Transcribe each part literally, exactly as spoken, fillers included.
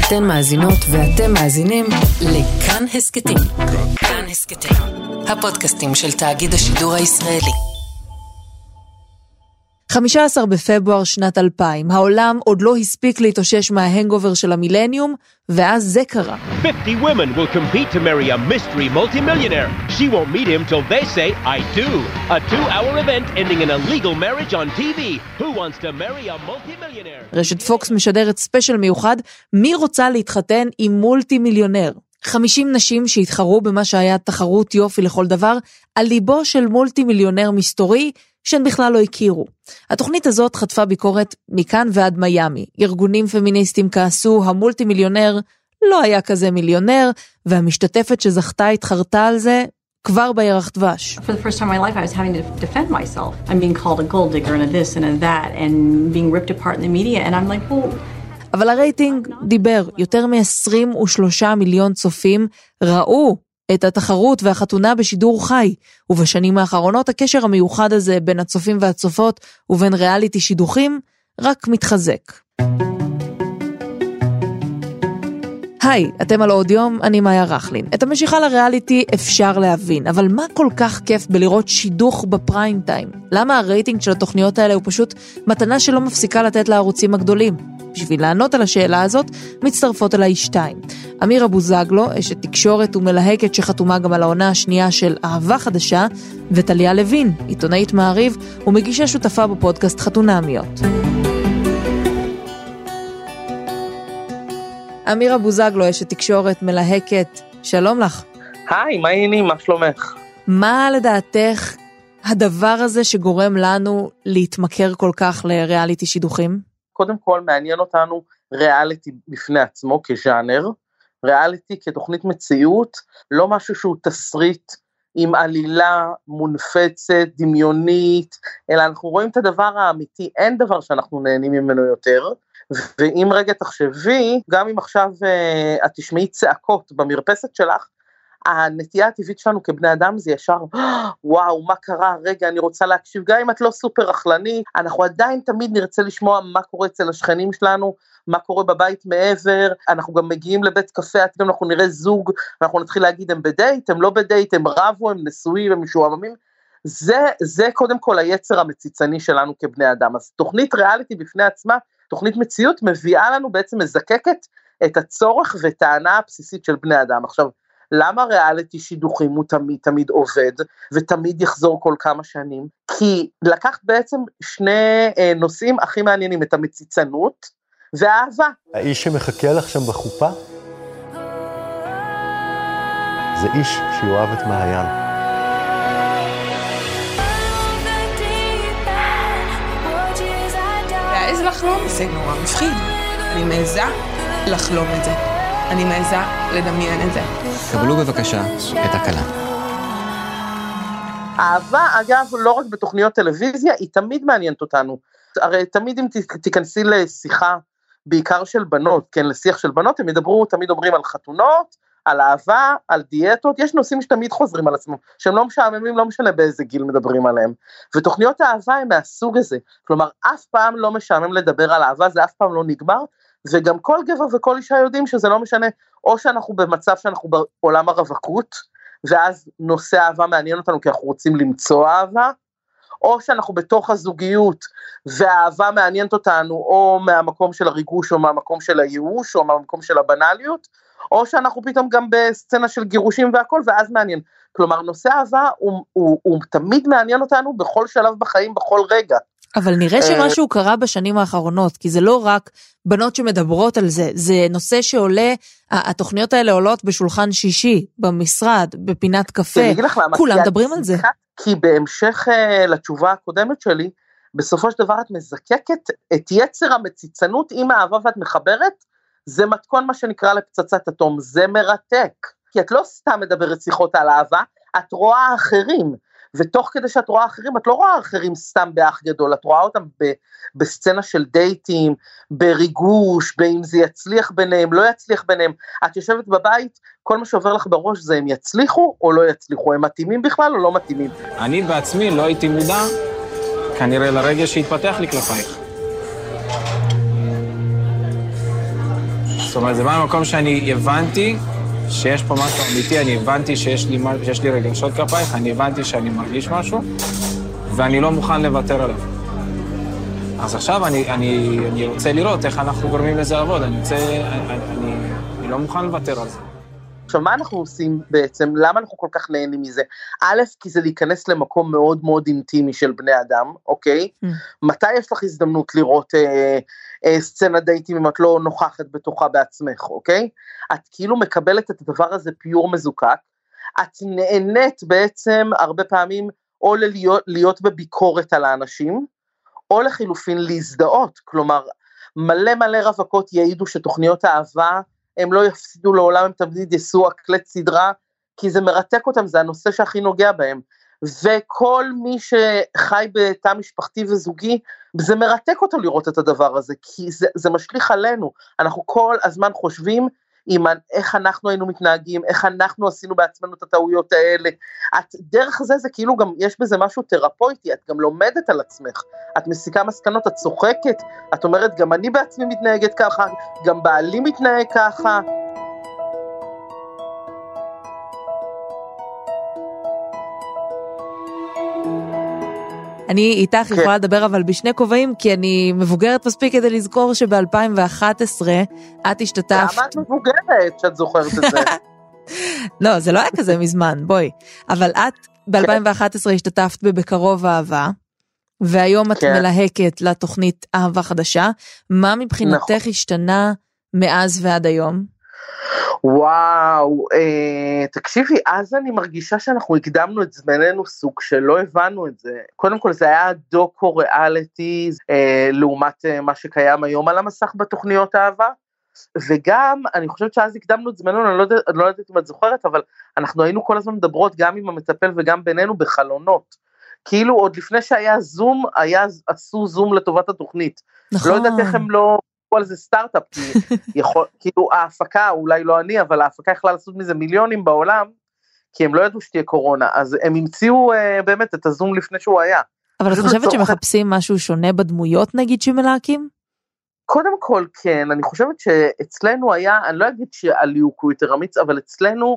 אתן מאזינות ואתם מאזינים לכאן הסקטים. כאן הסקטים, הפודקאסטים של תאגיד השידור הישראלי. חמישה עשר בפברואר שנת אלפיים, העולם עוד לא הספיק להתאושש מההנגובר של המילניום, ואז זה קרה. fifty women will compete to marry a mystery multimillionaire. She won't meet him till they say, I do. A two-hour event ending in a legal marriage on T V. Who wants to marry a multimillionaire? רשת פוקס משדרת ספיישל מיוחד, מי רוצה להתחתן עם מולטי מיליונר? חמישים נשים שהתחרו במה שהיה תחרות יופי לכל דבר, על ליבו של מולטי מיליונר מסתורי, שהן בכלל לא הכירו. התוכנית הזאת חטפה ביקורת מכאן ועד מיימי. ארגונים פמיניסטים כעסו, המולטי מיליונר לא היה כזה מיליונר, והמשתתפת שזכתה התחרתה על זה כבר בירח דבש. For the first time in my life I was having to defend myself. I'm being called a gold digger and a this and a that and being ripped apart in the media and I'm like, well... אבל הרייטינג דיבר, יותר מ-עשרים ושלושה מיליון צופים ראו את התחרות והחתונה בשידור חי, ובשנים האחרונות הקשר המיוחד הזה בין הצופים והצופות ובין ריאליטי שידוכים רק מתחזק. היי, אתם על עוד יום, אני מאיה רחלין. את המשיכה לריאליטי אפשר להבין, אבל מה כל כך כיף בלראות שידוך בפריים טיים? למה הרייטינג של התוכניות האלה הוא פשוט מתנה שלא מפסיקה לתת לערוצים הגדולים? בשביל לענות על השאלה הזאת, מצטרפות אליי שתיים. אמירה בוזגלו, אשת תקשורת ומלהקת שחתומה גם על העונה השנייה של אהבה חדשה, וטליה לוין, עיתונאית מעריב ומגישה שותפה בפודקאסט חתונמיות. אמירה בוזגלו, אשת תקשורת, מלהקת, שלום לך. היי, מה העניינים? מה שלומך? מה לדעתך הדבר הזה שגורם לנו להתמכר כל כך לריאליטי שידוכים? קודם כל מעניין אותנו ריאליטי בפני עצמו כז'אנר, ריאליטי כתוכנית מציאות, לא משהו שהוא תסריט עם עלילה מונפצת, דמיונית, אלא אנחנו רואים את הדבר האמיתי, אין דבר שאנחנו נהנים ממנו יותר, ואם רגע תחשבי, גם אם עכשיו uh, את תשמעי צעקות במרפסת שלך, הנטייה הטבעית שלנו כבני אדם זה ישר, וואו, מה קרה? רגע, אני רוצה להקשיב, גם אם את לא סופר רחלני, אנחנו עדיין תמיד נרצה לשמוע מה קורה אצל השכנים שלנו, מה קורה בבית מעבר, אנחנו גם מגיעים לבית קפה, אנחנו נראה זוג, אנחנו נתחיל להגיד, הם בדייט, הם לא בדייט, הם רבו, הם נשואים, הם משועממים, זה, זה קודם כל היצר המציצני שלנו כבני אדם, אז תוכנית ריאליטי בפני עצמה, תוכנית מציאות מביאה לנו בעצם מזקקת את הצורך וטענה הבסיסית של בני אדם. עכשיו, למה ריאליטי שידוכים הוא תמיד תמיד עובד, ותמיד יחזור כל כמה שנים? כי לקחת בעצם שני אה, נושאים הכי מעניינים, את המציצנות והאהבה. האיש שמחכה לך שם בחופה, זה איש שיואב את מעיין. להעז לחלום זה נורא מפחיד. אני מעזה לחלום את זה. אני מעזה לדמיין את זה. קבלו בבקשה את הקלה. אהבה, אגב, לא רק בתוכניות טלוויזיה, היא תמיד מעניינת אותנו. הרי תמיד אם תיכנסי לשיחה, בעיקר של בנות, כן, לשיח של בנות, הם ידברו, תמיד אומרים על חתונות, על אהבה, על דיאטות, יש נושאים שתמיד חוזרים על עצמם, שהם לא משעממים, לא משנה באיזה גיל מדברים עליהם, ותוכניות האהבה הם מהסוג הזה, כלומר, אף פעם לא משעמם לדבר על אהבה, זה אף פעם לא נגמר, וגם כל גבר וכל אישה יודעים שזה לא משנה, או שאנחנו במצב שאנחנו בעולם הרווקות, ואז נושא אהבה מעניין אותנו, כי אנחנו רוצים למצוא אהבה, או שאנחנו בתוך הזוגיות, והאהבה מעניינת אותנו, או מהמקום של הריגוש, או מהמקום של הייאוש, או מהמקום של הבנליות, או שאנחנו פתאום גם בסצנה של גירושים והכל, ואז מעניין. כלומר, נושא אהבה הוא, הוא, הוא תמיד מעניין אותנו בכל שלב בחיים, בכל רגע. אבל נראה שמשהו קרה בשנים האחרונות, כי זה לא רק בנות שמדברות על זה, זה נושא שעולה, התוכניות האלה עולות בשולחן שישי, במשרד, בפינת קפה, כולם מדברים על זה. כי בהמשך לתשובה הקודמת שלי, בסופו של דבר את מזקקת את יצר המציצנות עם האהבה ואת מחברת, זה מתכון מה שנקרא לפצצת אטום, זה מרתק, כי את לא סתם מדברת שיחות על אהבה, את רואה אחרים, ותוך כדי שאת רואה אחרים, את לא רואה אחרים סתם באח גדול, את רואה אותם ב, בסצנה של דייטים, בריגוש, באם זה יצליח ביניהם, לא יצליח ביניהם, את יושבת בבית, כל מה שעובר לך בראש זה הם יצליחו או לא יצליחו, הם מתאימים בכלל או לא מתאימים. אני בעצמי לא הייתי מודע, כנראה לרגע שהתפתח לי כלפייך. זאת אומרת, זה בא ממקום שאני הבנתי שיש פה משהו אמיתי, אני הבנתי שיש לי, שיש לי רגשות כפייך, אני הבנתי שאני מרגיש משהו, ואני לא מוכן לוותר עליו. אז עכשיו אני, אני, אני רוצה לראות איך אנחנו גורמים לזה לעבוד, אני רוצה, אני, אני, אני לא מוכן לוותר על זה. עכשיו, מה אנחנו עושים בעצם? למה אנחנו כל כך נהנים מזה? א', כי זה להיכנס למקום מאוד מאוד אינטימי של בני אדם, אוקיי? Mm. מתי יש לך הזדמנות לראות אה, אה, סצנה דייטים אם את לא נוכחת בתוכה בעצמך, אוקיי? את כאילו מקבלת את הדבר הזה פיור מזוקק, את נהנית בעצם הרבה פעמים או להיות, להיות בביקורת על האנשים, או לחילופין להזדהות, כלומר, מלא מלא רווקות יעידו שתוכניות האהבה, הם לא יפסידו לעולם, הם תמיד יסעו הקלט סדרה, כי זה מרתק אותם, זה הנושא שהכי נוגע בהם, וכל מי שחי בתא משפחתי וזוגי, זה מרתק אותו לראות את הדבר הזה, כי זה, זה משליך עלינו, אנחנו כל הזמן חושבים, עם איך אנחנו היינו מתנהגים, איך אנחנו עשינו בעצמנו את הטעויות האלה, את דרך זה, זה כאילו גם, יש בזה משהו תרפויטי, את גם לומדת על עצמך, את מסיקה מסקנות, את צוחקת, את אומרת, גם אני בעצמי מתנהגת ככה, גם בעלי מתנהג ככה, אני איתך יכולה לדבר אבל בשני כובעים, כי אני מבוגרת מספיק כדי לזכור שב-אלפיים ואחת עשרה את השתתפת... למה את מבוגרת שאת זוכרת את זה? לא, זה לא היה כזה מזמן, בואי. אבל את ב-אלפיים ואחת עשרה השתתפת בבקרוב אהבה, והיום את מלהקת לתוכנית אהבה חדשה. מה מבחינתך השתנה מאז ועד היום? וואו, אה, תקשיבי, אז אני מרגישה שאנחנו הקדמנו את זמננו סוג שלא הבנו את זה. קודם כל זה היה דוקו ריאליטי, אה, לעומת אה, מה שקיים היום על המסך בתוכניות האהבה, וגם אני חושבת שאז הקדמנו את זמננו, אני לא, יודע, אני לא יודעת אם את זוכרת, אבל אנחנו היינו כל הזמן מדברות גם עם המטפל וגם בינינו בחלונות. כאילו עוד לפני שהיה זום, היה, עשו זום לטובת התוכנית. נכון. לא יודעת איך הם לא... על זה סטארט-אפ, כי יכול, כאילו ההפקה, אולי לא אני, אבל ההפקה יכלה לעשות מזה מיליונים בעולם, כי הם לא ידעו שתהיה קורונה, אז הם המציאו אה, באמת את הזום לפני שהוא היה. אבל את חושבת שמחפשים משהו שונה בדמויות, נגיד, שמלהקים? קודם כל, כן, אני חושבת שאצלנו היה, אני לא אגיד שהליהוק הוא יותר אמיץ, אבל אצלנו,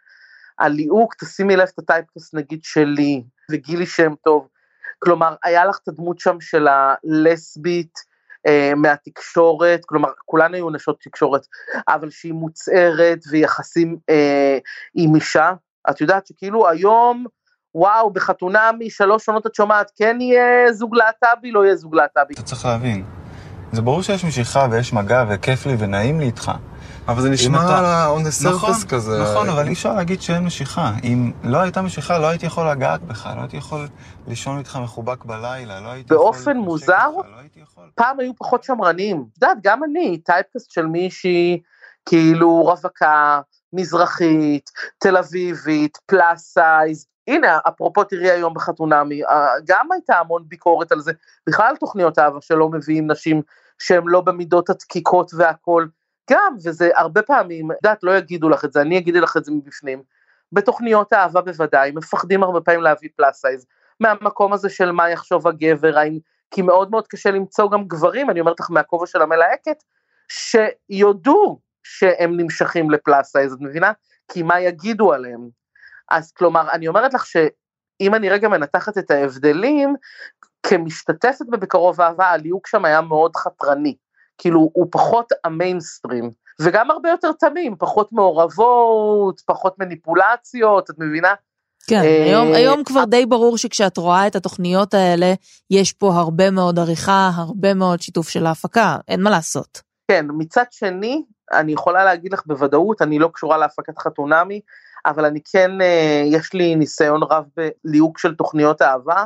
הליהוק, תשימי לב את הטייפקאסט, נגיד, שלי, וגילי שם טוב, כלומר, היה לך את הדמות שם של הלסבית, מהתקשורת, כלומר, כולנו היו נשות תקשורת, אבל שהיא מוצערת ויחסים אה, עם אישה, את יודעת שכאילו היום, וואו, בחתונה משלוש שנות את שומעת, כן יהיה זוג להט"בי, לא יהיה זוג להט"בי. אתה צריך להבין, זה ברור שיש משיכה ויש מגע וכיף לי ונעים לי איתך. אבל זה נשמע אתה... on the surface נכון, כזה. נכון, אבל אי אפשר להגיד שאין משיכה. אם לא הייתה משיכה, לא הייתי יכול לגעת בך, לא הייתי יכול לישון איתך מחובק בלילה, לא הייתי באופן יכול... מוזר, לא הייתי יכול... פעם היו פחות שמרנים. את יודעת, גם אני, טייפקאסט של מישהי, כאילו רווקה, מזרחית, תל אביבית, פלאס סייז, הנה, אפרופו תראי היום בחתונמי, גם הייתה המון ביקורת על זה, בכלל תוכניות אהבה שלא מביאים נשים שהן לא במידות הדקיקות והכל, גם, וזה הרבה פעמים, דעת, לא יגידו לך את זה, אני אגידי לך את זה מבפנים, בתוכניות האהבה בוודאי, מפחדים הרבה פעמים להביא פלאס סייז, מהמקום הזה של מה יחשוב הגבר, כי מאוד מאוד קשה למצוא גם גברים, אני אומרת לך מהכובע של המלהקת, שיודעו שהם נמשכים לפלאס סייז, את מבינה? כי מה יגידו עליהם? אז כלומר, אני אומרת לך שאם אני רגע מנתחת את ההבדלים, כמשתתפת בבקרוב אהבה, הליהוק שם היה מאוד חתרני, כאילו הוא פחות המיינסטרים, וגם הרבה יותר תמים, פחות מעורבות, פחות מניפולציות, את מבינה? כן, היום, היום כבר די ברור שכשאת רואה את התוכניות האלה, יש פה הרבה מאוד עריכה, הרבה מאוד שיתוף של ההפקה, אין מה לעשות. כן, מצד שני, אני יכולה להגיד לך בוודאות, אני לא קשורה להפקת חתונמי, אבל אני כן, יש לי ניסיון רב בליהוק של תוכניות אהבה,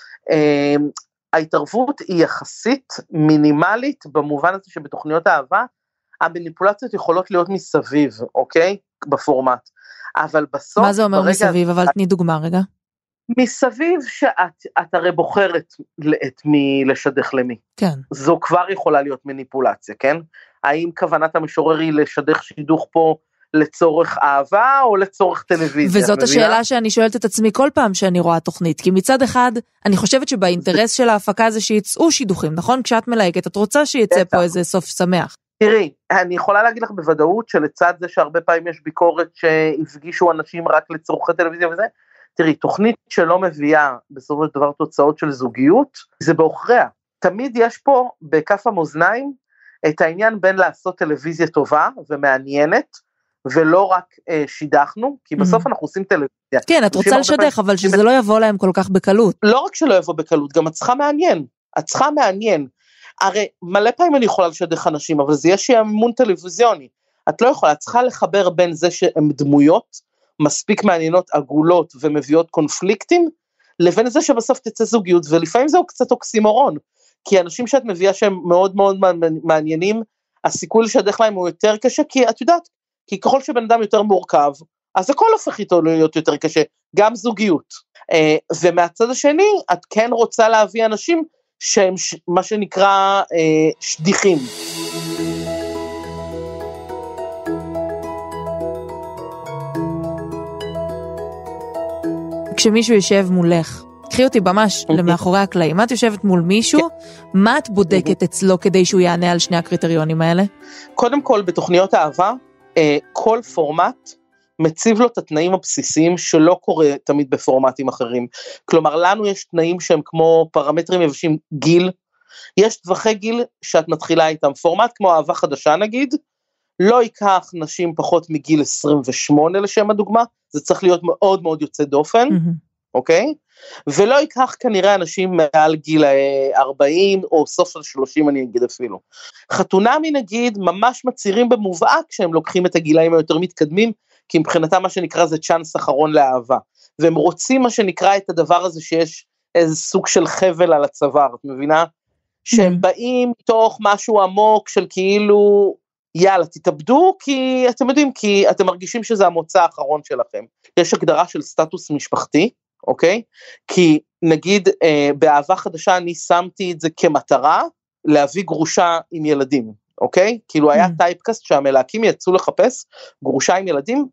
ההתערבות היא יחסית מינימלית, במובן הזה שבתוכניות האהבה, המניפולציות יכולות להיות מסביב, אוקיי? בפורמט. אבל בסוף... מה זה אומר ברגע, מסביב? אבל תני דוגמה רגע. מסביב שאת את הרי בוחרת את מי לשדך למי. כן. זו כבר יכולה להיות מניפולציה, כן? האם כוונת המשורר היא לשדך שידוך פה לצורך אהבה או לצורך טלוויזיה? וזאת השאלה שאני שואלת את עצמי כל פעם שאני רואה תוכנית, כי מצד אחד, אני חושבת שבאינטרס של ההפקה זה שיצאו שידוכים, נכון? כשאת מלהקת, את רוצה שיצא פה איזה סוף שמח. תראי, אני יכולה להגיד לך בוודאות שלצד זה שהרבה פעמים יש ביקורת שהפגישו אנשים רק לצורכי טלוויזיה וזה, תראי, תוכנית שלא מביאה בסופו של דבר תוצאות של זוגיות, זה באוכריה. תמיד יש פה בכף המאזניים את העניין בין לעשות טלוויזיה טובה ומעניינת, ולא רק אה, שידחנו, כי בסוף אנחנו עושים טלוויזיה. כן, את רוצה לשדך, אבל שזה לא יבוא להם כל כך בקלות. לא רק שלא יבוא בקלות, גם את צריכה מעניין. את צריכה מעניין. הרי מלא פעמים אני יכולה לשדך אנשים, אבל זה יש שימון טלוויזיוני. את לא יכולה, את צריכה לחבר בין זה שהן דמויות, מספיק מעניינות, עגולות ומביאות קונפליקטים, לבין זה שבסוף תצא זוגיות, ולפעמים זהו קצת אוקסימורון, כי אנשים שאת מביאה שהם מאוד מאוד מעניינים, הסיכוי לשדך להם הוא יותר קשה, כי את יודעת, כי ככל שבן אדם יותר מורכב, אז הכל הופך איתו להיות יותר קשה, גם זוגיות. ומהצד השני, את כן רוצה להביא אנשים, שהם מה שנקרא שדיחים. כשמישהו יושב מולך, קחי אותי ממש למאחורי הקלעים, את יושבת מול מישהו, מה את בודקת אצלו כדי שהוא יענה על שני הקריטריונים האלה? קודם כל, בתוכניות אהבה, כל פורמט מציב לו את התנאים הבסיסיים שלא קורה תמיד בפורמטים אחרים. כלומר, לנו יש תנאים שהם כמו פרמטרים יבשים, גיל, יש טווחי גיל שאת מתחילה איתם, פורמט כמו אהבה חדשה נגיד, לא ייקח נשים פחות מגיל עשרים ושמונה לשם הדוגמה, זה צריך להיות מאוד מאוד יוצא דופן, אוקיי? ולא ייקח כנראה אנשים מעל גיל ארבעים או סוף של שלושים אני אגיד אפילו. חתונמי נגיד ממש מצירים במובהק שהם לוקחים את הגילאים היותר מתקדמים, כי מבחינתם מה שנקרא זה צ'אנס אחרון לאהבה, והם רוצים מה שנקרא את הדבר הזה שיש איזה סוג של חבל על הצוואר, את מבינה? שהם באים מתוך משהו עמוק של כאילו, יאללה תתאבדו, כי אתם יודעים, כי אתם מרגישים שזה המוצא האחרון שלכם. יש הגדרה של סטטוס משפחתי, אוקיי? כי נגיד אה, באהבה חדשה אני שמתי את זה כמטרה, להביא גרושה עם ילדים, אוקיי? כאילו היה טייפקאסט שהמלהקים יצאו לחפש גרושה עם ילדים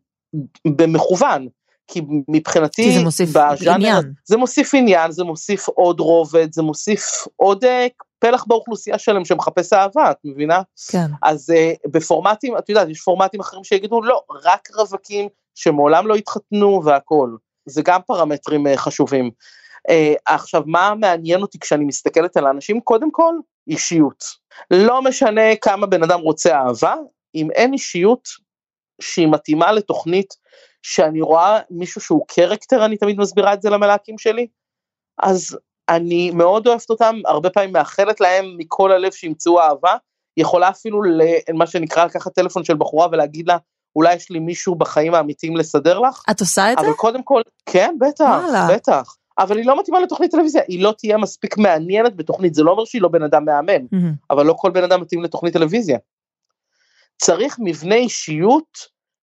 במכוון, כי מבחינתי, כי זה מוסיף בז'אנר, עניין. זה מוסיף עניין, זה מוסיף עוד רובד, זה מוסיף עוד פלח באוכלוסייה שלהם שמחפש אהבה, את מבינה? כן. אז uh, בפורמטים, את יודעת, יש פורמטים אחרים שיגידו, לא, רק רווקים שמעולם לא התחתנו והכל. זה גם פרמטרים uh, חשובים. Uh, עכשיו, מה מעניין אותי כשאני מסתכלת על האנשים? קודם כל, אישיות. לא משנה כמה בן אדם רוצה אהבה, אם אין אישיות שהיא מתאימה לתוכנית, שאני רואה מישהו שהוא קרקטר, אני תמיד מסבירה את זה למלהקים שלי, אז אני מאוד אוהבת אותם, הרבה פעמים מאחלת להם מכל הלב שימצאו אהבה, יכולה אפילו למה שנקרא לקחת טלפון של בחורה ולהגיד לה, אולי יש לי מישהו בחיים האמיתיים לסדר לך. את עושה את זה? אבל קודם כל, כן, בטח, בטח. אבל היא לא מתאימה לתוכנית טלוויזיה, היא לא תהיה מספיק מעניינת בתוכנית, זה לא אומר שהיא לא בן אדם מאמן, אבל לא כל בן אדם מתאים לתוכנית טלוויזיה. צריך מבנה אישיות,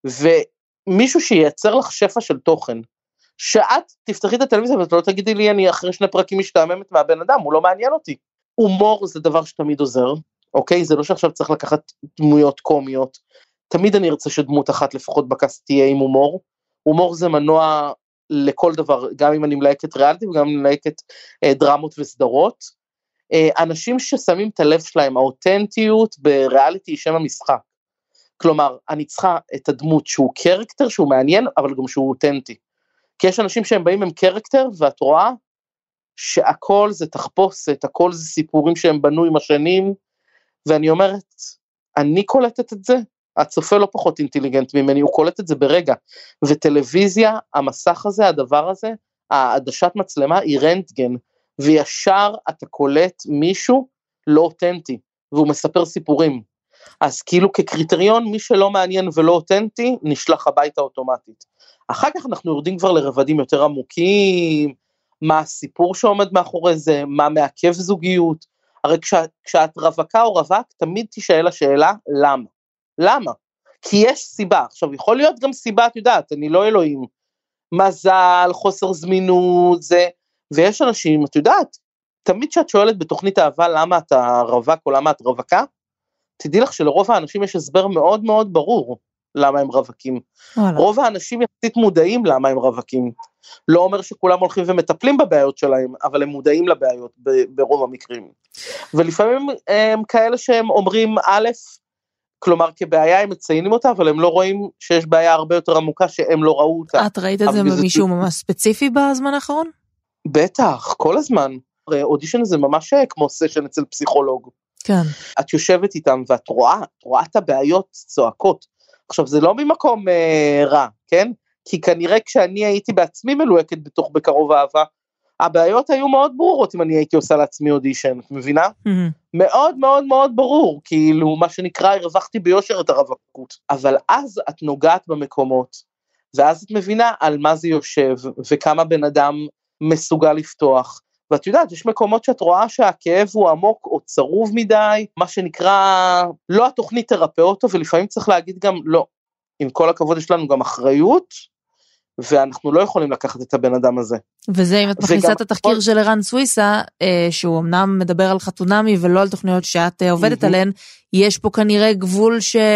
ומישהו שייצר לך שפע של תוכן, שאת תפתחי את הטלוויזיה, ואת לא תגידי לי, אני אחרי שני פרקים משתעממת מהבן אדם, הוא לא מעניין אותי. הומור זה דבר שתמיד עוזר, אוקיי? זה לא שעכשיו צריך לקחת דמויות קומיות, תמיד אני ארצה שדמות אחת לפחות בקאסט תהיה עם הומור, הומור זה מנוע לכל דבר, גם אם אני מלהקת ריאליטי, וגם אם אני מלהקת אה, דרמות וסדרות, אה, אנשים ששמים את הלב שלהם, האותנטיות בריאליטי היא שם המשחק, כלומר, אני צריכה את הדמות שהוא קרקטר, שהוא מעניין, אבל גם שהוא אותנטי, כי יש אנשים שהם באים עם קרקטר, ואת רואה שהכל זה תחפושת, הכל זה סיפורים שהם בנו עם השנים, ואני אומרת, אני קולטת את זה, הצופה לא פחות אינטליגנט ממני, הוא קולט את זה ברגע, וטלוויזיה, המסך הזה, הדבר הזה, העדשת מצלמה היא רנטגן, וישר אתה קולט מישהו לא אותנטי, והוא מספר סיפורים, אז כאילו כקריטריון, מי שלא מעניין ולא אותנטי, נשלח הביתה אוטומטית. אחר כך אנחנו יורדים כבר לרבדים יותר עמוקים, מה הסיפור שעומד מאחורי זה, מה מעכב זוגיות, הרי כשאת, כשאת רווקה או רווק, תמיד תשאל השאלה, למה? למה? כי יש סיבה, עכשיו יכול להיות גם סיבה, את יודעת, אני לא אלוהים, מזל, חוסר זמינות, זה, ויש אנשים, את יודעת, תמיד שאת שואלת בתוכנית אהבה, למה אתה רווק או למה את רווקה, תדעי לך שלרוב האנשים יש הסבר מאוד מאוד ברור, למה הם רווקים. וואלה. רוב האנשים יחסית מודעים למה הם רווקים, לא אומר שכולם הולכים ומטפלים בבעיות שלהם, אבל הם מודעים לבעיות ברוב המקרים, ולפעמים הם כאלה שהם אומרים, א', כלומר, כבעיה הם מציינים אותה, אבל הם לא רואים שיש בעיה הרבה יותר עמוקה שהם לא ראו אותה. את ראית את זה במישהו ממש ספציפי בזמן האחרון? בטח, כל הזמן. אודישן זה ממש כמו סשן אצל פסיכולוג. כן. את יושבת איתם ואת רואה, את רואה את הבעיות צועקות. עכשיו, זה לא ממקום אה, רע, כן? כי כנראה כשאני הייתי בעצמי מלוהקת בתוך בקרוב אהבה, הבעיות היו מאוד ברורות אם אני הייתי עושה לעצמי אודישן, את מבינה? Mm-hmm. מאוד מאוד מאוד ברור, כאילו מה שנקרא, הרווחתי ביושר את הרווקות. אבל אז את נוגעת במקומות, ואז את מבינה על מה זה יושב, וכמה בן אדם מסוגל לפתוח. ואת יודעת, יש מקומות שאת רואה שהכאב הוא עמוק או צרוב מדי, מה שנקרא, לא התוכנית תרפא אותו, ולפעמים צריך להגיד גם לא. עם כל הכבוד יש לנו גם אחריות, ואנחנו לא יכולים לקחת את הבן אדם הזה. וזה אם את מכניסה את התחקיר של ערן סוויסה, שהוא אמנם מדבר על חתונמי, ולא על תוכניות שאת עובדת עליהן, יש פה כנראה גבול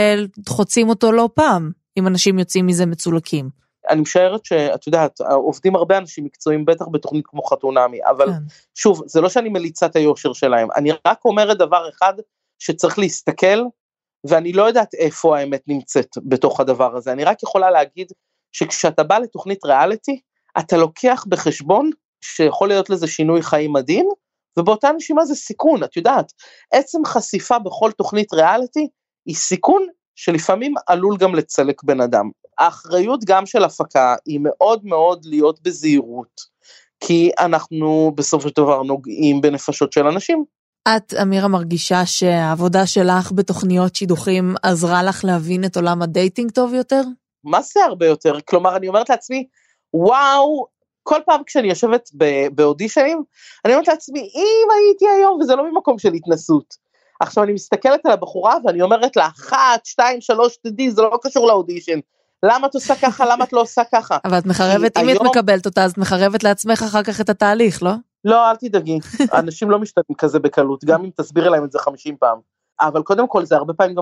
שחוצים אותו לא פעם, אם אנשים יוצאים מזה מצולקים. אני משערת שאת יודעת, עובדים הרבה אנשים מקצועיים, בטח בתוכנית כמו חתונמי, אבל שוב, זה לא שאני מליצת היושר שלהם, אני רק אומרת דבר אחד, שצריך להסתכל, ואני לא יודעת איפה האמת נמצאת בתוך הדבר הזה, אני רק יכולה להגיד, שכשאתה בא לתוכנית ריאליטי, אתה לוקח בחשבון שיכול להיות לזה שינוי חיים מדהים, ובאותה נשימה זה סיכון, את יודעת, עצם חשיפה בכל תוכנית ריאליטי, היא סיכון שלפעמים עלול גם לצלק בן אדם. האחריות גם של הפקה, היא מאוד מאוד להיות בזהירות, כי אנחנו בסופו של דבר נוגעים בנפשות של אנשים. את, אמירה, מרגישה שהעבודה שלך בתוכניות שידוכים, עזרה לך להבין את עולם הדייטינג טוב יותר? מה זה הרבה יותר? כלומר, אני אומרת לעצמי, וואו, כל פעם כשאני יושבת באודישנים, אני אומרת לעצמי, אם הייתי היום, וזה לא ממקום של התנסות. עכשיו אני מסתכלת על הבחורה, ואני אומרת לה, אחת, שתיים, שלוש, תדעי, זה לא קשור לאודישן. למה את עושה ככה, למה את לא עושה ככה? אבל את מחרבת, אם את מקבלת אותה, אז את מחרבת לעצמך אחר כך את התהליך, לא? לא, אל תדאגי. אנשים לא משתתפים כזה בקלות, גם אם תסבירי להם את זה חמישים פעם. אבל קודם כל, זה הרבה פעמים גם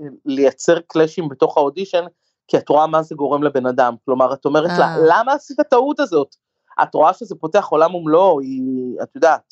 לייצר קלאשים בתוך האודישן, כי את רואה מה זה גורם לבן אדם, כלומר, את אומרת לה, למה עשית הטעות הזאת? את רואה שזה פותח עולם ומלואו, את יודעת,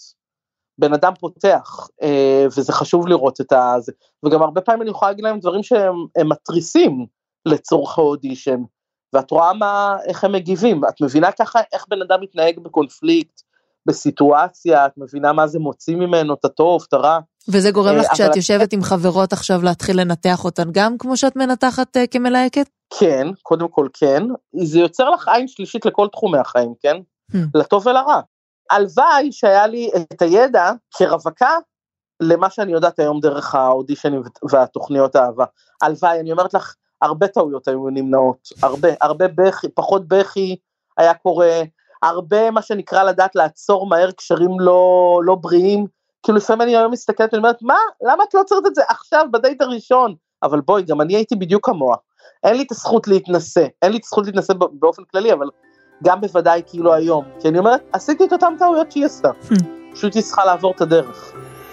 בן אדם פותח, וזה חשוב לראות את זה, וגם הרבה פעמים אני יכולה להגיד להם דברים שהם מטריסים לצורך האודישן, ואת רואה מה, איך הם מגיבים, את מבינה ככה איך בן אדם מתנהג בקונפליקט, בסיטואציה, את מבינה מה זה מוציא ממנו, את הטוב, את הרע. וזה גורם לך כשאת יושבת עם חברות עכשיו להתחיל לנתח אותן, גם כמו שאת מנתחת כמלהקת? כן, קודם כל כן, זה יוצר לך עין שלישית לכל תחומי החיים, כן? לטוב ולרע. הלוואי שהיה לי את הידע כרווקה, למה שאני יודעת היום דרך האודישנים והתוכניות האהבה. הלוואי, אני אומרת לך, הרבה טעויות היו נמנעות, הרבה, הרבה בכי, פחות בכי היה קורה, הרבה מה שנקרא לדעת לעצור מהר קשרים לא, לא בריאים, כאילו לפעמים אני היום מסתכלת ואני אומרת, מה? למה את לא עוצרת את זה עכשיו בדייט הראשון? אבל בואי, גם אני הייתי בדיוק כמוה, אין לי את הזכות להתנסה, אין לי את הזכות להתנסה באופן כללי, אבל גם בוודאי כאילו היום, כי אני אומרת, עשיתי את אותם טעויות שהיא עשתה, פשוט היא צריכה לעבור את הדרך.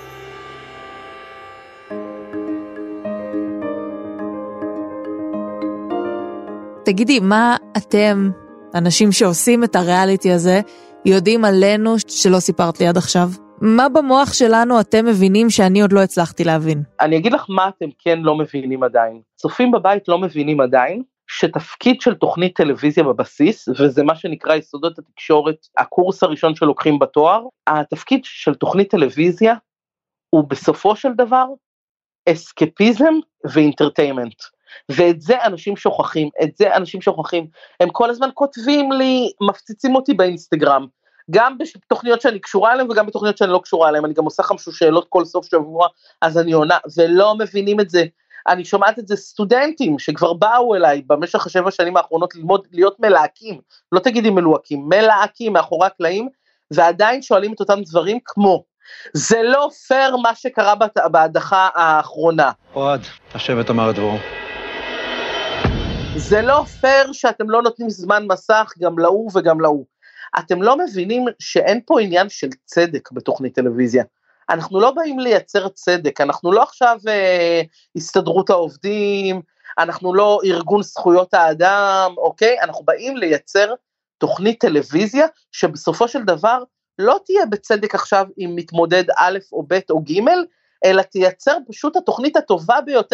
תגידי, מה אתם, אנשים שעושים את הריאליטי הזה, יודעים עלינו שלא סיפרת לי עד עכשיו? מה במוח שלנו אתם מבינים שאני עוד לא הצלחתי להבין? אני אגיד לך מה אתם כן לא מבינים עדיין. צופים בבית לא מבינים עדיין, שתפקיד של תוכנית טלוויזיה בבסיס, וזה מה שנקרא יסודות התקשורת, הקורס הראשון שלוקחים בתואר, התפקיד של תוכנית טלוויזיה, הוא בסופו של דבר, אסקפיזם ואינטרטיימנט. ואת זה אנשים שוכחים, את זה אנשים שוכחים, הם כל הזמן כותבים לי, מפציצים אותי באינסטגרם, גם בתוכניות שאני קשורה אליהם, וגם בתוכניות שאני לא קשורה אליהם, אני גם עושה חמשו שאלות כל סוף שבוע, אז אני עונה, ולא מבינים את זה, אני שומעת את זה סטודנטים, שכבר באו אליי, במשך השבע שנים האחרונות, ללמוד, להיות מלהקים, לא תגידי מלהקים, מלהקים מאחורי הקלעים, ועדיין שואלים את אותם דברים כמו, זה לא פייר מה שקרה בהדחה האחרונה. אוהד, השבט אמר את דברו. זה לא פייר שאתם לא נותנים זמן מסך, גם להוא וגם להוא. אתם לא מבינים שאין פה עניין של צדק בתוכנית טלוויזיה. אנחנו לא באים לייצר צדק, אנחנו לא עכשיו אה, הסתדרות העובדים, אנחנו לא ארגון זכויות האדם, אוקיי? אנחנו באים לייצר תוכנית טלוויזיה, שבסופו של דבר לא תהיה בצדק עכשיו עם מתמודד א' או ב' או ג', אלא תייצר פשוט התוכנית הטובה ביותר,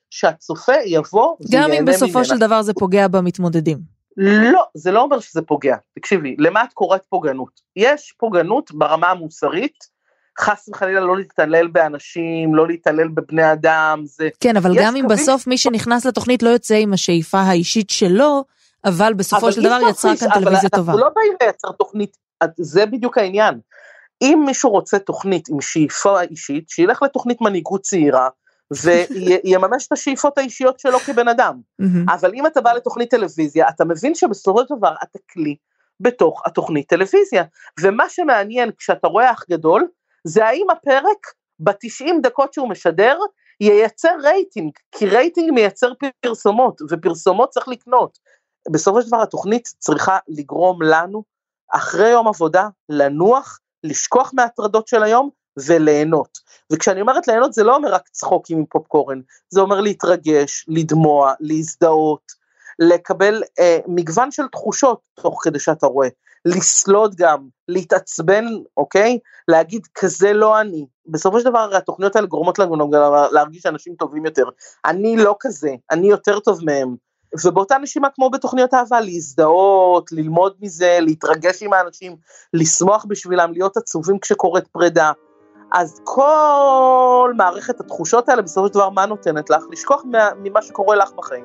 שהצופה יבוא ויהנה ממנה. גם אם בסופו של דבר זה פוגע במתמודדים. לא, זה לא אומר שזה פוגע. תקשיבי, למה את קוראת פוגענות? יש פוגענות ברמה המוסרית, חס וחלילה לא להתעלל באנשים, לא להתעלל בבני אדם. זה... כן, אבל גם אם בסוף מי שנכנס לתוכנית לא יוצא עם השאיפה האישית שלו, אבל בסופו של דבר יצרה כאן טלוויזיה טובה. אבל אנחנו לא באים לייצר תוכנית, זה בדיוק העניין. אם מישהו רוצה תוכנית עם שאיפה אישית, שילך לתוכנית מנהיגות צעירה, ויממש את השאיפות האישיות שלו כבן אדם. אבל אם אתה בא לתוכנית טלוויזיה, אתה מבין שבסופו של דבר אתה כלי בתוך התוכנית טלוויזיה. ומה שמעניין כשאתה רואה אח גדול, זה האם הפרק ב-תשעים דקות שהוא משדר, ייצר רייטינג, כי רייטינג מייצר פרסומות, ופרסומות צריך לקנות. בסופו של דבר התוכנית צריכה לגרום לנו, אחרי יום עבודה, לנוח, לשכוח מהטרדות של היום, וליהנות. וכשאני אומרת ליהנות, זה לא אומר רק צחוקים עם פופקורן, זה אומר להתרגש, לדמוע, להזדהות, לקבל אה, מגוון של תחושות, תוך כדי שאתה רואה, לסלוד גם, להתעצבן, אוקיי? להגיד, כזה לא אני. בסופו של דבר, התוכניות האלה גורמות לנו להרגיש אנשים טובים יותר. אני לא כזה, אני יותר טוב מהם. ובאותה נשימה כמו בתוכניות אהבה, להזדהות, ללמוד מזה, להתרגש עם האנשים, לשמוח בשבילם, להיות עצובים כשקורית פרידה. אז כל מערכת התחושות האלה, בסופו של דבר, מה נותנת לך? לשכוח ממה שקורה לך בחיים.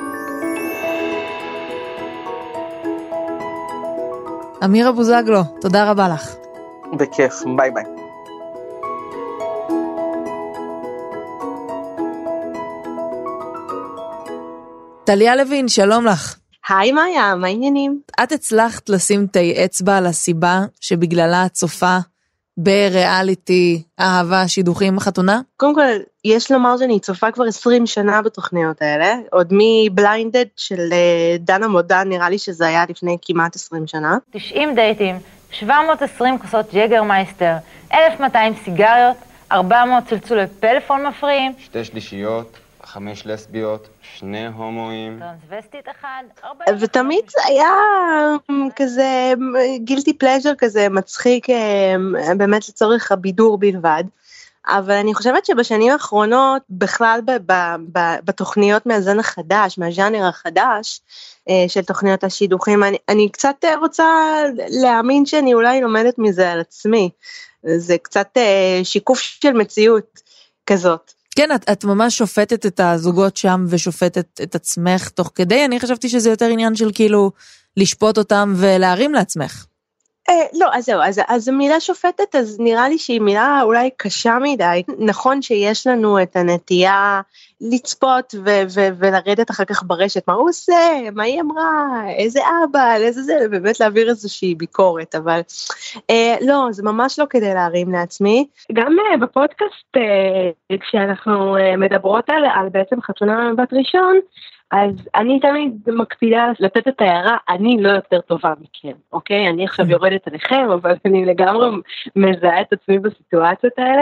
אמירה בוזגלו, תודה רבה לך. בכיף, ביי ביי. טליה לוין, שלום לך. היי מאיה, מה העניינים? את הצלחת לשים תאי אצבע על הסיבה שבגללה את צופה בריאליטי, אהבה, שידוכים, חתונה? קודם כל, יש לומר שאני צופה כבר עשרים שנה בתוכניות האלה, עוד מבליינדד של דנה מודן, נראה לי שזה היה לפני כמעט עשרים שנה. תשעים דייטים, שבע מאות ועשרים כוסות ג'גרמייסטר, אלף ומאתיים סיגריות, ארבע מאות צלצולי פלאפון מפריעים, שתי שלישיות, חמש לסביות, שני הומואים. טרנסווסטית אחד, ארבע... ותמיד זה היה כזה גילטי פלז'ר כזה מצחיק, באמת לצורך הבידור בלבד. אבל אני חושבת שבשנים האחרונות, בכלל ב- ב- ב- בתוכניות מהזן החדש, מהז'אנר החדש, של תוכניות השידוכים, אני, אני קצת רוצה להאמין שאני אולי לומדת מזה על עצמי. זה קצת שיקוף של מציאות כזאת. כן, את, את ממש שופטת את הזוגות שם ושופטת את עצמך תוך כדי, אני חשבתי שזה יותר עניין של כאילו לשפוט אותם ולהרים לעצמך. אה, לא, אז זהו, אז, אז המילה שופטת, אז נראה לי שהיא מילה אולי קשה מדי, נכון שיש לנו את הנטייה לצפות ו- ו- ולרדת אחר כך ברשת, מה הוא עושה, מה היא אמרה, איזה אבא, איזה זה, באמת להעביר איזושהי ביקורת, אבל אה, לא, זה ממש לא כדי להרים לעצמי. גם אה, בפודקאסט, אה, כשאנחנו אה, מדברות על, על בעצם חתונה בת ראשון, אז אני תמיד מקפידה לתת את ההערה, אני לא יותר טובה מכם, אוקיי? אני עכשיו יורדת עליכם, אבל אני לגמרי מזהה את עצמי בסיטואציות האלה.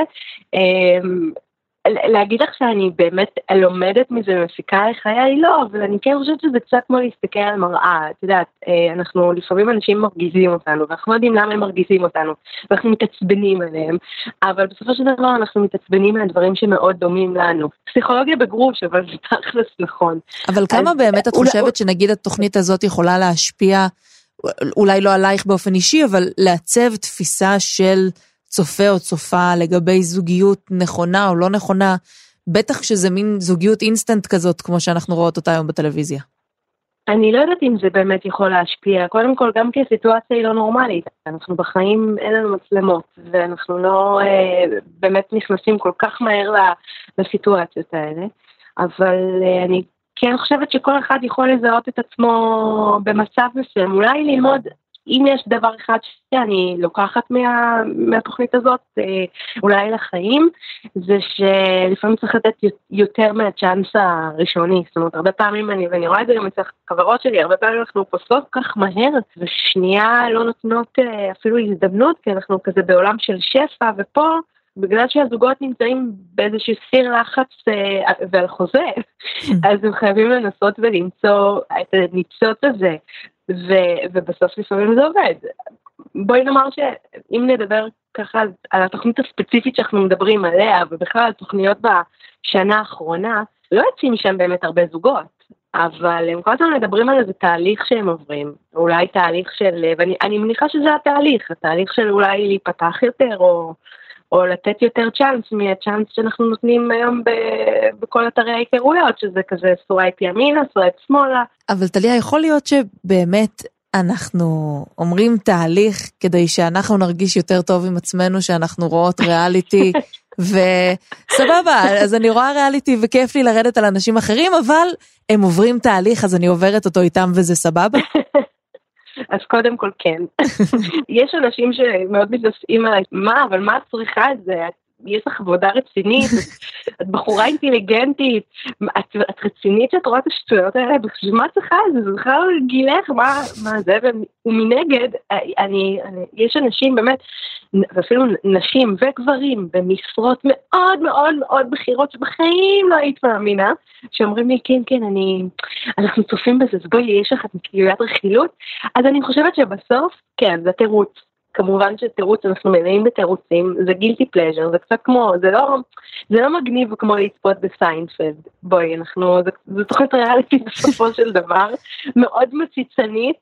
להגיד לך שאני באמת לומדת מזה ומפיקה לחיי, לא, אבל אני כן חושבת שזה קצת כמו להסתכל על מראה, את יודעת, אנחנו לפעמים אנשים מרגיזים אותנו, ואנחנו לא יודעים למה הם מרגיזים אותנו, ואנחנו מתעצבנים עליהם, אבל בסופו של דבר אנחנו מתעצבנים על דברים שמאוד דומים לנו. פסיכולוגיה בגרוש, אבל זה תכלס נכון. אבל כמה באמת את חושבת שנגיד התוכנית הזאת יכולה להשפיע, אולי לא עלייך באופן אישי, אבל לעצב תפיסה של צופה או צופה לגבי זוגיות נכונה או לא נכונה, בטח שזה מין זוגיות אינסטנט כזאת, כמו שאנחנו רואות אותה היום בטלוויזיה. אני לא יודעת אם זה באמת יכול להשפיע, קודם כל גם כי הסיטואציה היא לא נורמלית, אנחנו בחיים אין לנו מצלמות, ואנחנו לא אה, באמת נכנסים כל כך מהר לסיטואציות האלה, אבל אה, אני כן חושבת שכל אחד יכול לזהות את עצמו במצב מסוים, אולי ללמוד, אם יש דבר אחד שאני לוקחת מה, מהתוכנית הזאת, אולי לחיים, זה שלפעמים צריך לתת יותר מהצ'אנס הראשוני, זאת אומרת, הרבה פעמים אני, ואני רואה את זה גם אצל חברות שלי, הרבה פעמים אנחנו פוסלות כך מהר, ושנייה לא נותנות אפילו הזדמנות, כי אנחנו כזה בעולם של שפע, ופה, בגלל שהזוגות נמצאים באיזשהו סיר לחץ ועל חוזה, אז הם חייבים לנסות ולמצוא את הניצוץ הזה, ו- ובסוף לפעמים זה עובד. בואי נאמר שאם נדבר ככה על התוכנית הספציפית שאנחנו מדברים עליה, ובכלל על תוכניות בשנה האחרונה, לא יוצאים משם באמת הרבה זוגות, אבל הם כל הזמן מדברים על איזה תהליך שהם עוברים, אולי תהליך של, ואני אני מניחה שזה התהליך, התהליך של אולי להיפתח יותר, או, או לתת יותר צ'אנס מהצ'אנס שאנחנו נותנים היום ב, בכל אתרי ההיכרויות, שזה כזה סווייפ ימינה, סווייפ שמאלה. אבל טליה, יכול להיות שבאמת אנחנו אומרים תהליך כדי שאנחנו נרגיש יותר טוב עם עצמנו, שאנחנו רואות ריאליטי, וסבבה, אז אני רואה ריאליטי וכיף לי לרדת על אנשים אחרים, אבל הם עוברים תהליך, אז אני עוברת אותו איתם וזה סבבה? אז קודם כל כן. יש אנשים שמאוד מתנשאים עליי, מה, אבל מה את צריכה את זה? יש לך עבודה רצינית, את בחורה אינטליגנטית, את, את רצינית שאת רואה את השטויות האלה, מה צריכה את זה? זה בכלל לא גילך, מה, מה זה? ומנגד, אני, אני, יש אנשים באמת, ואפילו נשים וגברים, במשרות מאוד מאוד מאוד בחירות, שבחיים לא היית מאמינה, שאומרים לי, כן, כן, אני, אנחנו צופים בזה, אז בואי, יש לך מקריאת רכילות, אז אני חושבת שבסוף, כן, זה תירוץ. כמובן שתירוץ, אנחנו מלאים בתירוצים, זה גילטי פלז'ר, זה קצת כמו, זה לא, זה לא מגניב כמו לצפות בסיינפלד. בואי, אנחנו, זה, זה תוכנית ריאליטי בסופו של דבר, מאוד מציצנית,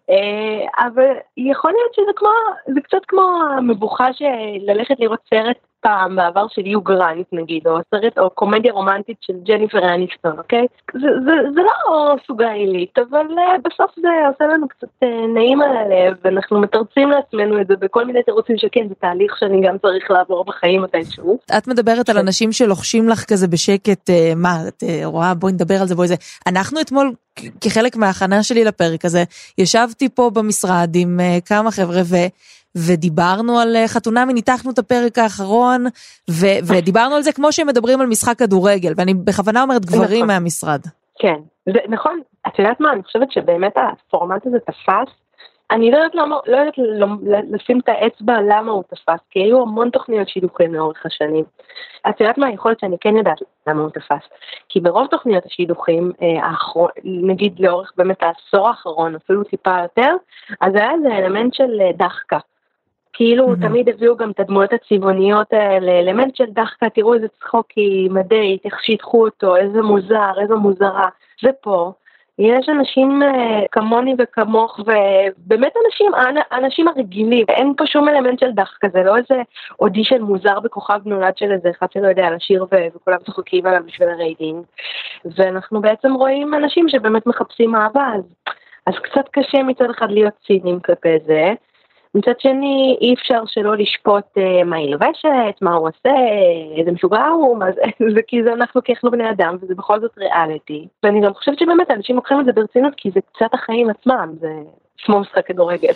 אבל יכול להיות שזה כמו, זה קצת כמו המבוכה של ללכת לראות סרט פעם בעבר של יו גרנט נגיד, או סרט או קומדיה רומנטית של ג'ניפר אניסטון, אוקיי? זה, זה, זה לא סוגה עילית, אבל בסוף זה עושה לנו קצת נעים על הלב, ואנחנו מתרצים לעצמנו את זה בכל מיני תירוצים שכן, זה תהליך שאני גם צריך לעבור בחיים מתישהו. את מדברת על אנשים שלוחשים לך כזה בשקט, מה, את רואה, בואי נדבר על זה, בואי זה. אנחנו אתמול, כחלק מההכנה שלי לפרק הזה, ישבתי פה במשרד עם כמה חבר'ה ו... ודיברנו על חתונה, וניתחנו את הפרק האחרון, ו- ודיברנו על זה כמו שהם מדברים על משחק כדורגל, ואני בכוונה אומרת גברים נכון. מהמשרד. כן, זה נכון, את יודעת מה, אני חושבת שבאמת הפורמט הזה תפס, אני לא יודעת, למה, לא יודעת לשים את האצבע למה הוא תפס, כי היו המון תוכניות שידוכים לאורך השנים. את יודעת מה, יכול להיות שאני כן יודעת למה הוא תפס, כי ברוב תוכניות השידוכים, האחרון, נגיד לאורך באמת העשור האחרון, אפילו טיפה יותר, אז היה איזה אלמנט של דחקה. כאילו mm-hmm. תמיד הביאו גם את הדמויות הצבעוניות האלה, אלמנט של דחקה, תראו איזה צחוקי, מדעית, איך שיתחו אותו, איזה מוזר, איזה מוזרה. ופה, יש אנשים uh, כמוני וכמוך, ובאמת אנשים, אנשים הרגילים, אין פה שום אלמנט של דחקה, זה לא איזה אודישן מוזר בכוכב נולד של איזה אחד שלא יודע לשיר ו- וכולם צחוקים עליו בשביל הרייטינג. ואנחנו בעצם רואים אנשים שבאמת מחפשים אהבה, אז, אז קצת קשה מצד אחד להיות ציניים כלפי זה, מצד שני, אי אפשר שלא לשפוט uh, מה היא לובשת, מה הוא עושה, איזה משוגע הוא, מה זה, זה כי זה אנחנו כאנחנו בני אדם, וזה בכל זאת ריאליטי. ואני גם חושבת שבאמת אנשים לוקחים את זה ברצינות, כי זה קצת החיים עצמם, זה שמו משחק כדורגל.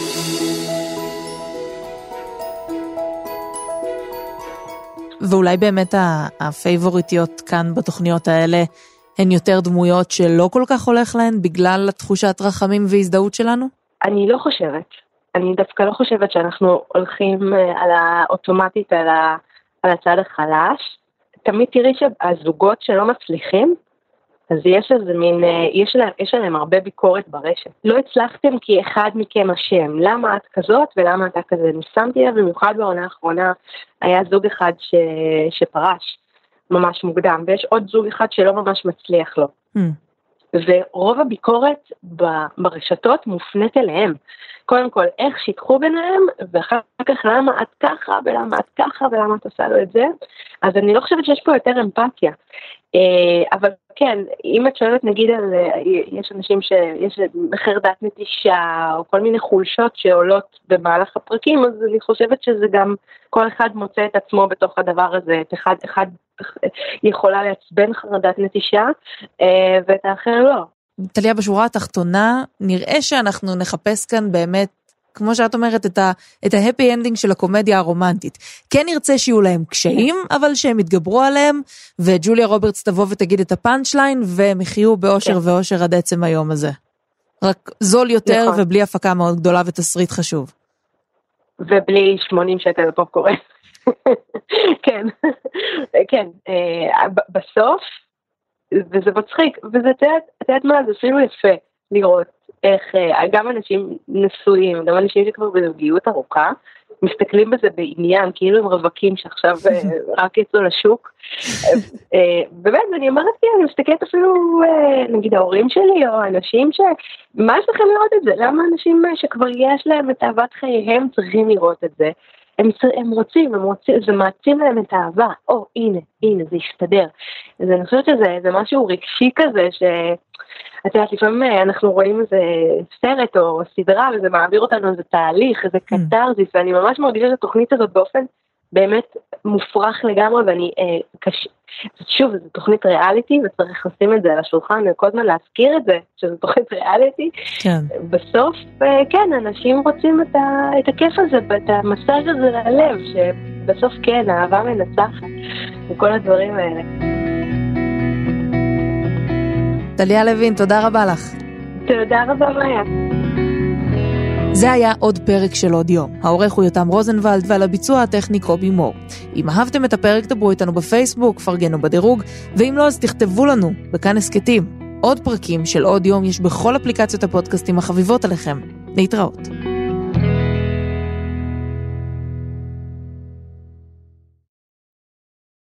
ואולי באמת הפייבוריטיות כאן בתוכניות האלה, הן יותר דמויות שלא כל כך הולך להן, בגלל תחושת רחמים והזדהות שלנו? אני לא חושבת. אני דווקא לא חושבת שאנחנו הולכים על האוטומטית, על, ה, על הצד החלש. תמיד תראי שהזוגות שלא מצליחים, אז יש איזה מין, יש להם, יש להם הרבה ביקורת ברשת. לא הצלחתם כי אחד מכם אשם. למה את כזאת ולמה אתה כזה? ניסמתי לה, במיוחד בעונה האחרונה היה זוג אחד ש, שפרש ממש מוקדם, ויש עוד זוג אחד שלא ממש מצליח לו. Mm. ורוב הביקורת ברשתות מופנית אליהם. קודם כל, איך שיתחו ביניהם, ואחר כך למה את ככה, ולמה את ככה, ולמה את עושה לו את זה. אז אני לא חושבת שיש פה יותר אמפתיה. אבל כן, אם את שואלת נגיד על, יש אנשים שיש חרדת נטישה, או כל מיני חולשות שעולות במהלך הפרקים, אז אני חושבת שזה גם, כל אחד מוצא את עצמו בתוך הדבר הזה, את אחד, אחד יכולה לעצבן חרדת נטישה, ואת האחר לא. טליה, בשורה התחתונה, נראה שאנחנו נחפש כאן באמת, כמו שאת אומרת, את ה, את ההפי אנדינג של הקומדיה הרומנטית. כן נרצה שיהיו להם קשיים, אבל שהם יתגברו עליהם, וג'וליה רוברטס תבוא ותגיד את הפאנץ' ליין, והם יחיו באושר כן. ואושר עד עצם היום הזה. רק זול יותר, נכון. ובלי הפקה מאוד גדולה ותסריט חשוב. ובלי שמונים שקל לפופקורן. כן, כן, בסוף, וזה מצחיק, וזה, את יודעת מה, זה אפילו יפה לראות איך גם אנשים נשואים, גם אנשים שכבר בזוגיות ארוכה, מסתכלים בזה בעניין, כאילו הם רווקים שעכשיו רק יצאו לשוק. באמת, אני אומרת, אני מסתכלת אפילו, נגיד ההורים שלי, או אנשים ש... מה יש לכם לראות את זה? למה אנשים שכבר יש להם את אהבת חייהם צריכים לראות את זה? הם, הם רוצים, הם רוצים, זה מעצים להם את האהבה. או, הנה, הנה, זה יסתדר. אז אני חושבת שזה זה משהו רגשי כזה, ש... את יודעת, לפעמים אנחנו רואים איזה סרט או סדרה, וזה מעביר אותנו איזה תהליך, איזה קטרזיס, ואני ממש מרגישה את התוכנית הזאת באופן באמת מופרך לגמרי, ואני, אה, קש... שוב, זו תוכנית ריאליטי, וצריך לשים את זה על השולחן, וכל זמן להזכיר את זה, שזו תוכנית ריאליטי. כן. בסוף, אה, כן, אנשים רוצים את, ה... את הכיף הזה, את המסאז' הזה ללב, שבסוף כן, האהבה מנצחת, וכל הדברים האלה. טליה לוין, תודה רבה לך. תודה רבה, מאיה. זה היה עוד פרק של עוד יום. העורך הוא יותם רוזנבלד, ועל הביצוע הטכני קובי מור. אם אהבתם את הפרק, דברו איתנו בפייסבוק, פרגנו בדירוג, ואם לא, אז תכתבו לנו בכאן הסקטים. עוד פרקים של עוד יום יש בכל אפליקציות הפודקאסטים החביבות עליכם. להתראות.